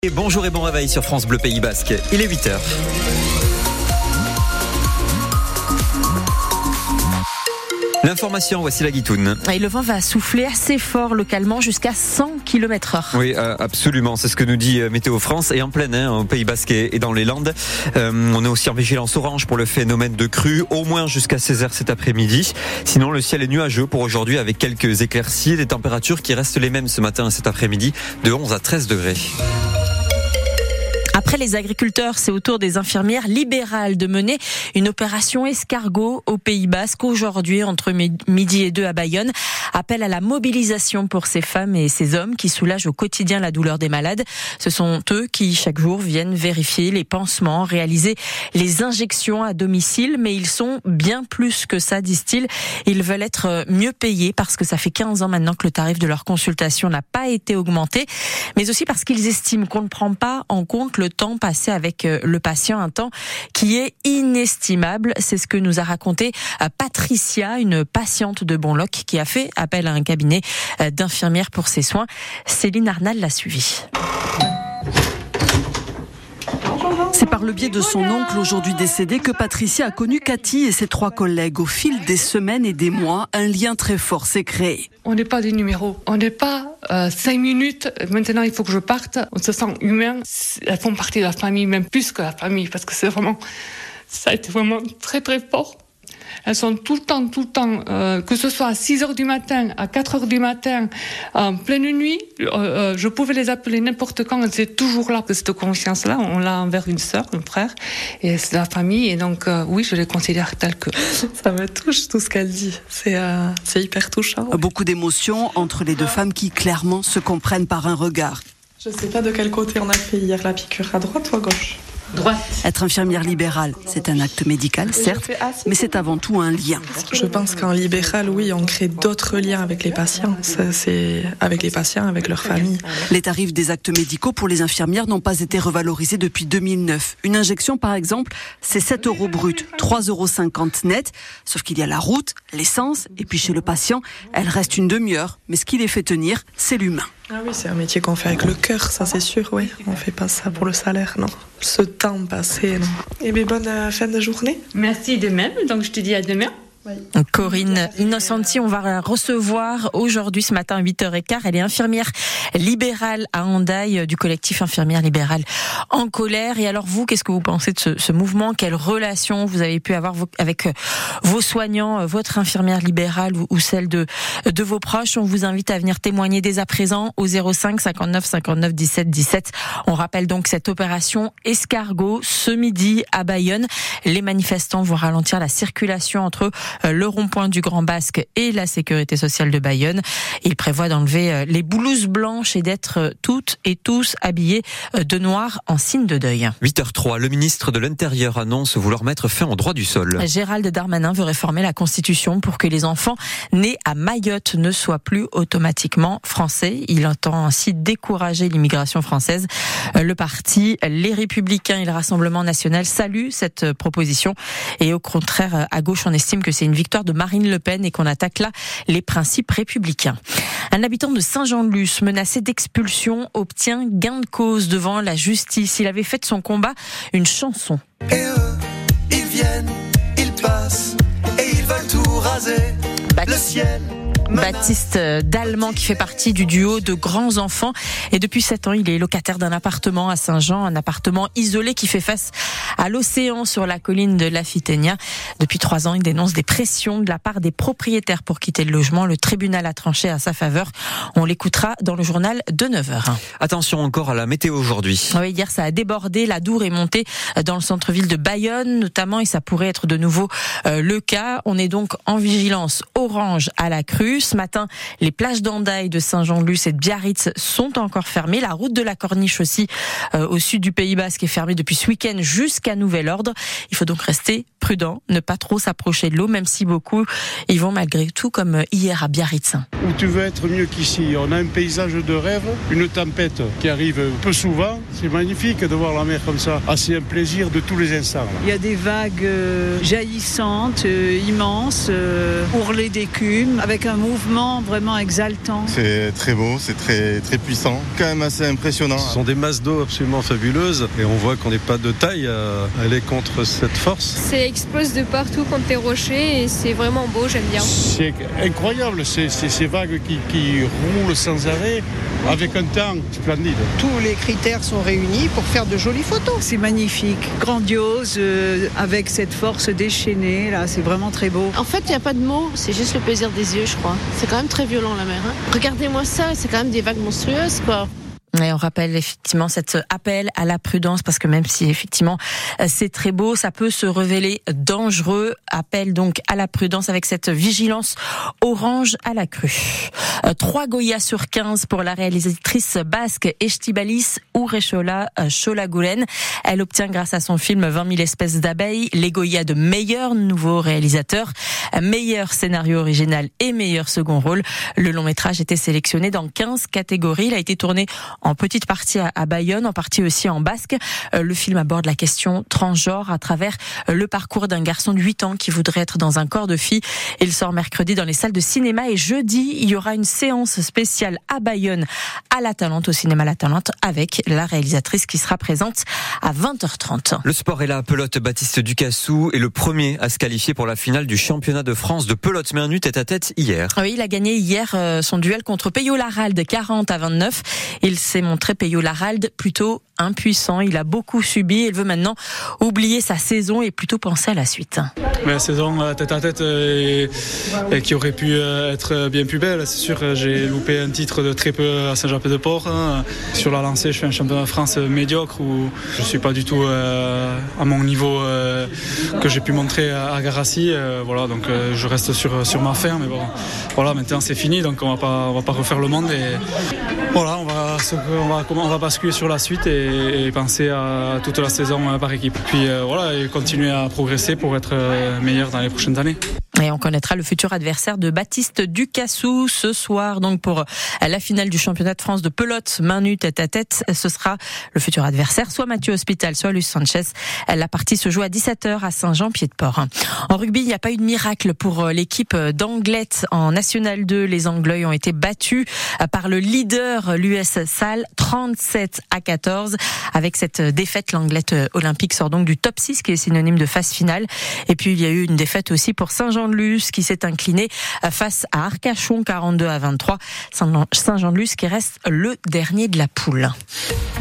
Et bonjour et bon réveil sur France Bleu Pays Basque. Il est 8h. L'information, voici la Guitoune. Et le vent va souffler assez fort localement jusqu'à 100 km/h. Oui, absolument. C'est ce que nous dit Météo France. Et en plein au Pays Basque et dans les Landes. On est aussi en vigilance orange pour le phénomène de crue, au moins jusqu'à 16h cet après-midi. Sinon, le ciel est nuageux pour aujourd'hui avec quelques éclaircies. Des températures qui restent les mêmes ce matin et cet après-midi, de 11 à 13 degrés. Après les agriculteurs, c'est au tour des infirmières libérales de mener une opération escargot au Pays Basque aujourd'hui entre midi et 2 à Bayonne. Appel à la mobilisation pour ces femmes et ces hommes qui soulagent au quotidien la douleur des malades. Ce sont eux qui chaque jour viennent vérifier les pansements, réaliser les injections à domicile, mais ils sont bien plus que ça, disent-ils. Ils veulent être mieux payés parce que ça fait 15 ans maintenant que le tarif de leur consultation n'a pas été augmenté, mais aussi parce qu'ils estiment qu'on ne prend pas en compte le temps passé avec le patient, un temps qui est inestimable. C'est ce que nous a raconté Patricia, une patiente de Bonloc qui a fait appel à un cabinet d'infirmières pour ses soins. Céline Arnal l'a suivi. C'est par le biais de son oncle, aujourd'hui décédé, que Patricia a connu Cathy et ses 3 collègues. Au fil des semaines et des mois, un lien très fort s'est créé. On n'est pas des numéros. On n'est pas 5 minutes. Maintenant, il faut que je parte. On se sent humain. Elles font partie de la famille, même plus que la famille, parce que ça a été vraiment très, très fort. Elles sont tout le temps, que ce soit à 6h du matin, à 4h du matin, en pleine nuit, je pouvais les appeler n'importe quand, elles étaient toujours là. Cette conscience-là, on l'a envers une sœur, un frère, et c'est la famille, et donc oui, je les considère telles que... Ça me touche tout ce qu'elle dit, c'est hyper touchant. Beaucoup d'émotions entre les 2 femmes qui clairement se comprennent par un regard. Je sais pas de quel côté on a fait hier la piqûre, à droite ou à gauche ? Droite. Être infirmière libérale, c'est un acte médical, certes, mais c'est avant tout un lien. Je pense qu'en libéral, oui, on crée d'autres liens avec les patients. C'est avec les patients, avec leur famille. Les tarifs des actes médicaux pour les infirmières n'ont pas été revalorisés depuis 2009. Une injection, par exemple, c'est 7 € brut, 3,50 € net. Sauf qu'il y a la route, l'essence, et puis chez le patient, elle reste une demi-heure. Mais ce qui les fait tenir, c'est l'humain. Ah oui, c'est un métier qu'on fait avec le cœur, ça c'est sûr, oui. On fait pas ça pour le salaire, non. Ce temps passé, non. Et bien, bonne fin de journée. Merci de même, donc je te dis à demain. Oui. Corinne Innocenti, on va la recevoir aujourd'hui ce matin à 8h15. Elle est infirmière libérale à Hendaye du collectif Infirmières Libérales en colère. Et alors vous, qu'est-ce que vous pensez de ce mouvement ? Quelle relation vous avez pu avoir avec vos soignants, votre infirmière libérale ou celle de vos proches ? On vous invite à venir témoigner dès à présent au 05 59 59 17 17. On rappelle donc cette opération escargot ce midi à Bayonne. Les manifestants vont ralentir la circulation entre le rond-point du Grand Basque et la sécurité sociale de Bayonne. Il prévoit d'enlever les blouses blanches et d'être toutes et tous habillés de noir en signe de deuil. 8h03, le ministre de l'Intérieur annonce vouloir mettre fin au droit du sol. Gérald Darmanin veut réformer la Constitution pour que les enfants nés à Mayotte ne soient plus automatiquement français. Il entend ainsi décourager l'immigration française. Le parti Les Républicains et le Rassemblement National saluent cette proposition et au contraire, à gauche, on estime que c'est une victoire de Marine Le Pen et qu'on attaque là les principes républicains. Un habitant de Saint-Jean-de-Luz menacé d'expulsion obtient gain de cause devant la justice. Il avait fait de son combat une chanson. Et eux, ils viennent, ils passent et ils veulent tout raser. Le ciel. Baptiste Dallemand qui fait partie du duo de grands enfants et depuis 7 ans il est locataire d'un appartement à Saint-Jean, un appartement isolé qui fait face à l'océan sur la colline de La Fitenia. Depuis 3 ans il dénonce des pressions de la part des propriétaires pour quitter le logement. Le tribunal a tranché à sa faveur. On l'écoutera dans le journal de 9h. Attention encore à la météo aujourd'hui. Oui, hier ça a débordé, la Dour est montée dans le centre-ville de Bayonne notamment et ça pourrait être de nouveau le cas. On est donc en vigilance orange à la crue. Ce matin, les plages d'Hendaye, de Saint-Jean-de-Luz et de Biarritz sont encore fermées. La route de la Corniche aussi, au sud du Pays Basque, est fermée depuis ce week-end jusqu'à nouvel ordre. Il faut donc rester prudent, ne pas trop s'approcher de l'eau, même si beaucoup y vont malgré tout, comme hier à Biarritz. Où tu veux être mieux qu'ici. On a un paysage de rêve, une tempête qui arrive peu souvent. C'est magnifique de voir la mer comme ça. Ah, c'est un plaisir de tous les instants. Là. Il y a des vagues jaillissantes, immenses, ourlées d'écume, avec un mot mouvement vraiment exaltant. C'est très beau, c'est très puissant, quand même assez impressionnant. Ce sont des masses d'eau absolument fabuleuses et on voit qu'on n'est pas de taille à aller contre cette force. Ça explose de partout contre les rochers et c'est vraiment beau, j'aime bien. C'est incroyable, ces vagues qui roulent sans arrêt avec un temps splendide. Tous les critères sont réunis pour faire de jolies photos. C'est magnifique, grandiose, avec cette force déchaînée, là, c'est vraiment très beau. En fait, il n'y a pas de mots, c'est juste le plaisir des yeux, je crois. C'est quand même très violent la mer. Regardez-moi ça, c'est quand même des vagues monstrueuses, quoi. Et on rappelle effectivement cet appel à la prudence parce que même si effectivement c'est très beau, ça peut se révéler dangereux. Appel donc à la prudence avec cette vigilance orange à la crue. 3 Goya sur 15 pour la réalisatrice basque Estibalis Urresola Solaguren. Elle obtient grâce à son film 20 000 espèces d'abeilles les Goya de meilleur nouveau réalisateur, meilleur scénario original et meilleur second rôle. Le long métrage était sélectionné dans 15 catégories. Il a été tourné en petite partie à Bayonne, en partie aussi en basque. Le film aborde la question transgenre à travers le parcours d'un garçon de 8 ans qui voudrait être dans un corps de fille. Il sort mercredi dans les salles de cinéma et jeudi, il y aura une séance spéciale à Bayonne, à La Talente, au cinéma La Talente, avec la réalisatrice qui sera présente à 20h30. Le sport est là. Pelote Baptiste Ducassou est le premier à se qualifier pour la finale du championnat de France de pelote. Mais un but tête-à-tête hier. Oui, il a gagné hier son duel contre Peyo Laralde, 40-29. Il s'est montré Peyo Laralde plutôt impuissant. Il a beaucoup subi. Il veut maintenant oublier sa saison et plutôt penser à la suite. La saison tête-à-tête qui aurait pu être bien plus belle. C'est sûr, j'ai loupé un titre de très peu à Saint-Jean-Pied-de-Port. Sur la lancée, je fais un championnat de France médiocre où je ne suis pas du tout à mon niveau que j'ai pu montrer à Garassi. Voilà, donc je reste sur ma ferme. Mais bon, voilà, maintenant c'est fini, donc on va pas refaire le monde. Et voilà, on va basculer sur la suite et penser à toute la saison par équipe. Puis voilà, et continuer à progresser pour être meilleur dans les prochaines années. Et on connaîtra le futur adversaire de Baptiste Ducassou ce soir, donc pour la finale du championnat de France de pelote main nue tête à tête. Ce sera le futur adversaire, soit Mathieu Hospital, soit Luis Sanchez. La partie se joue à 17h à Saint-Jean-Pied-de-Port. En rugby, il n'y a pas eu de miracle pour l'équipe d'Anglet en National 2. Les Anglois ont été battus par le leader, l'US Salle, 37-14. Avec cette défaite, l'Anglet olympique sort donc du top 6, qui est synonyme de phase finale. Et puis, il y a eu une défaite aussi pour Saint-Jean-de-Luz, qui s'est incliné face à Arcachon, 42-23. Saint-Jean-de-Luz qui reste le dernier de la poule.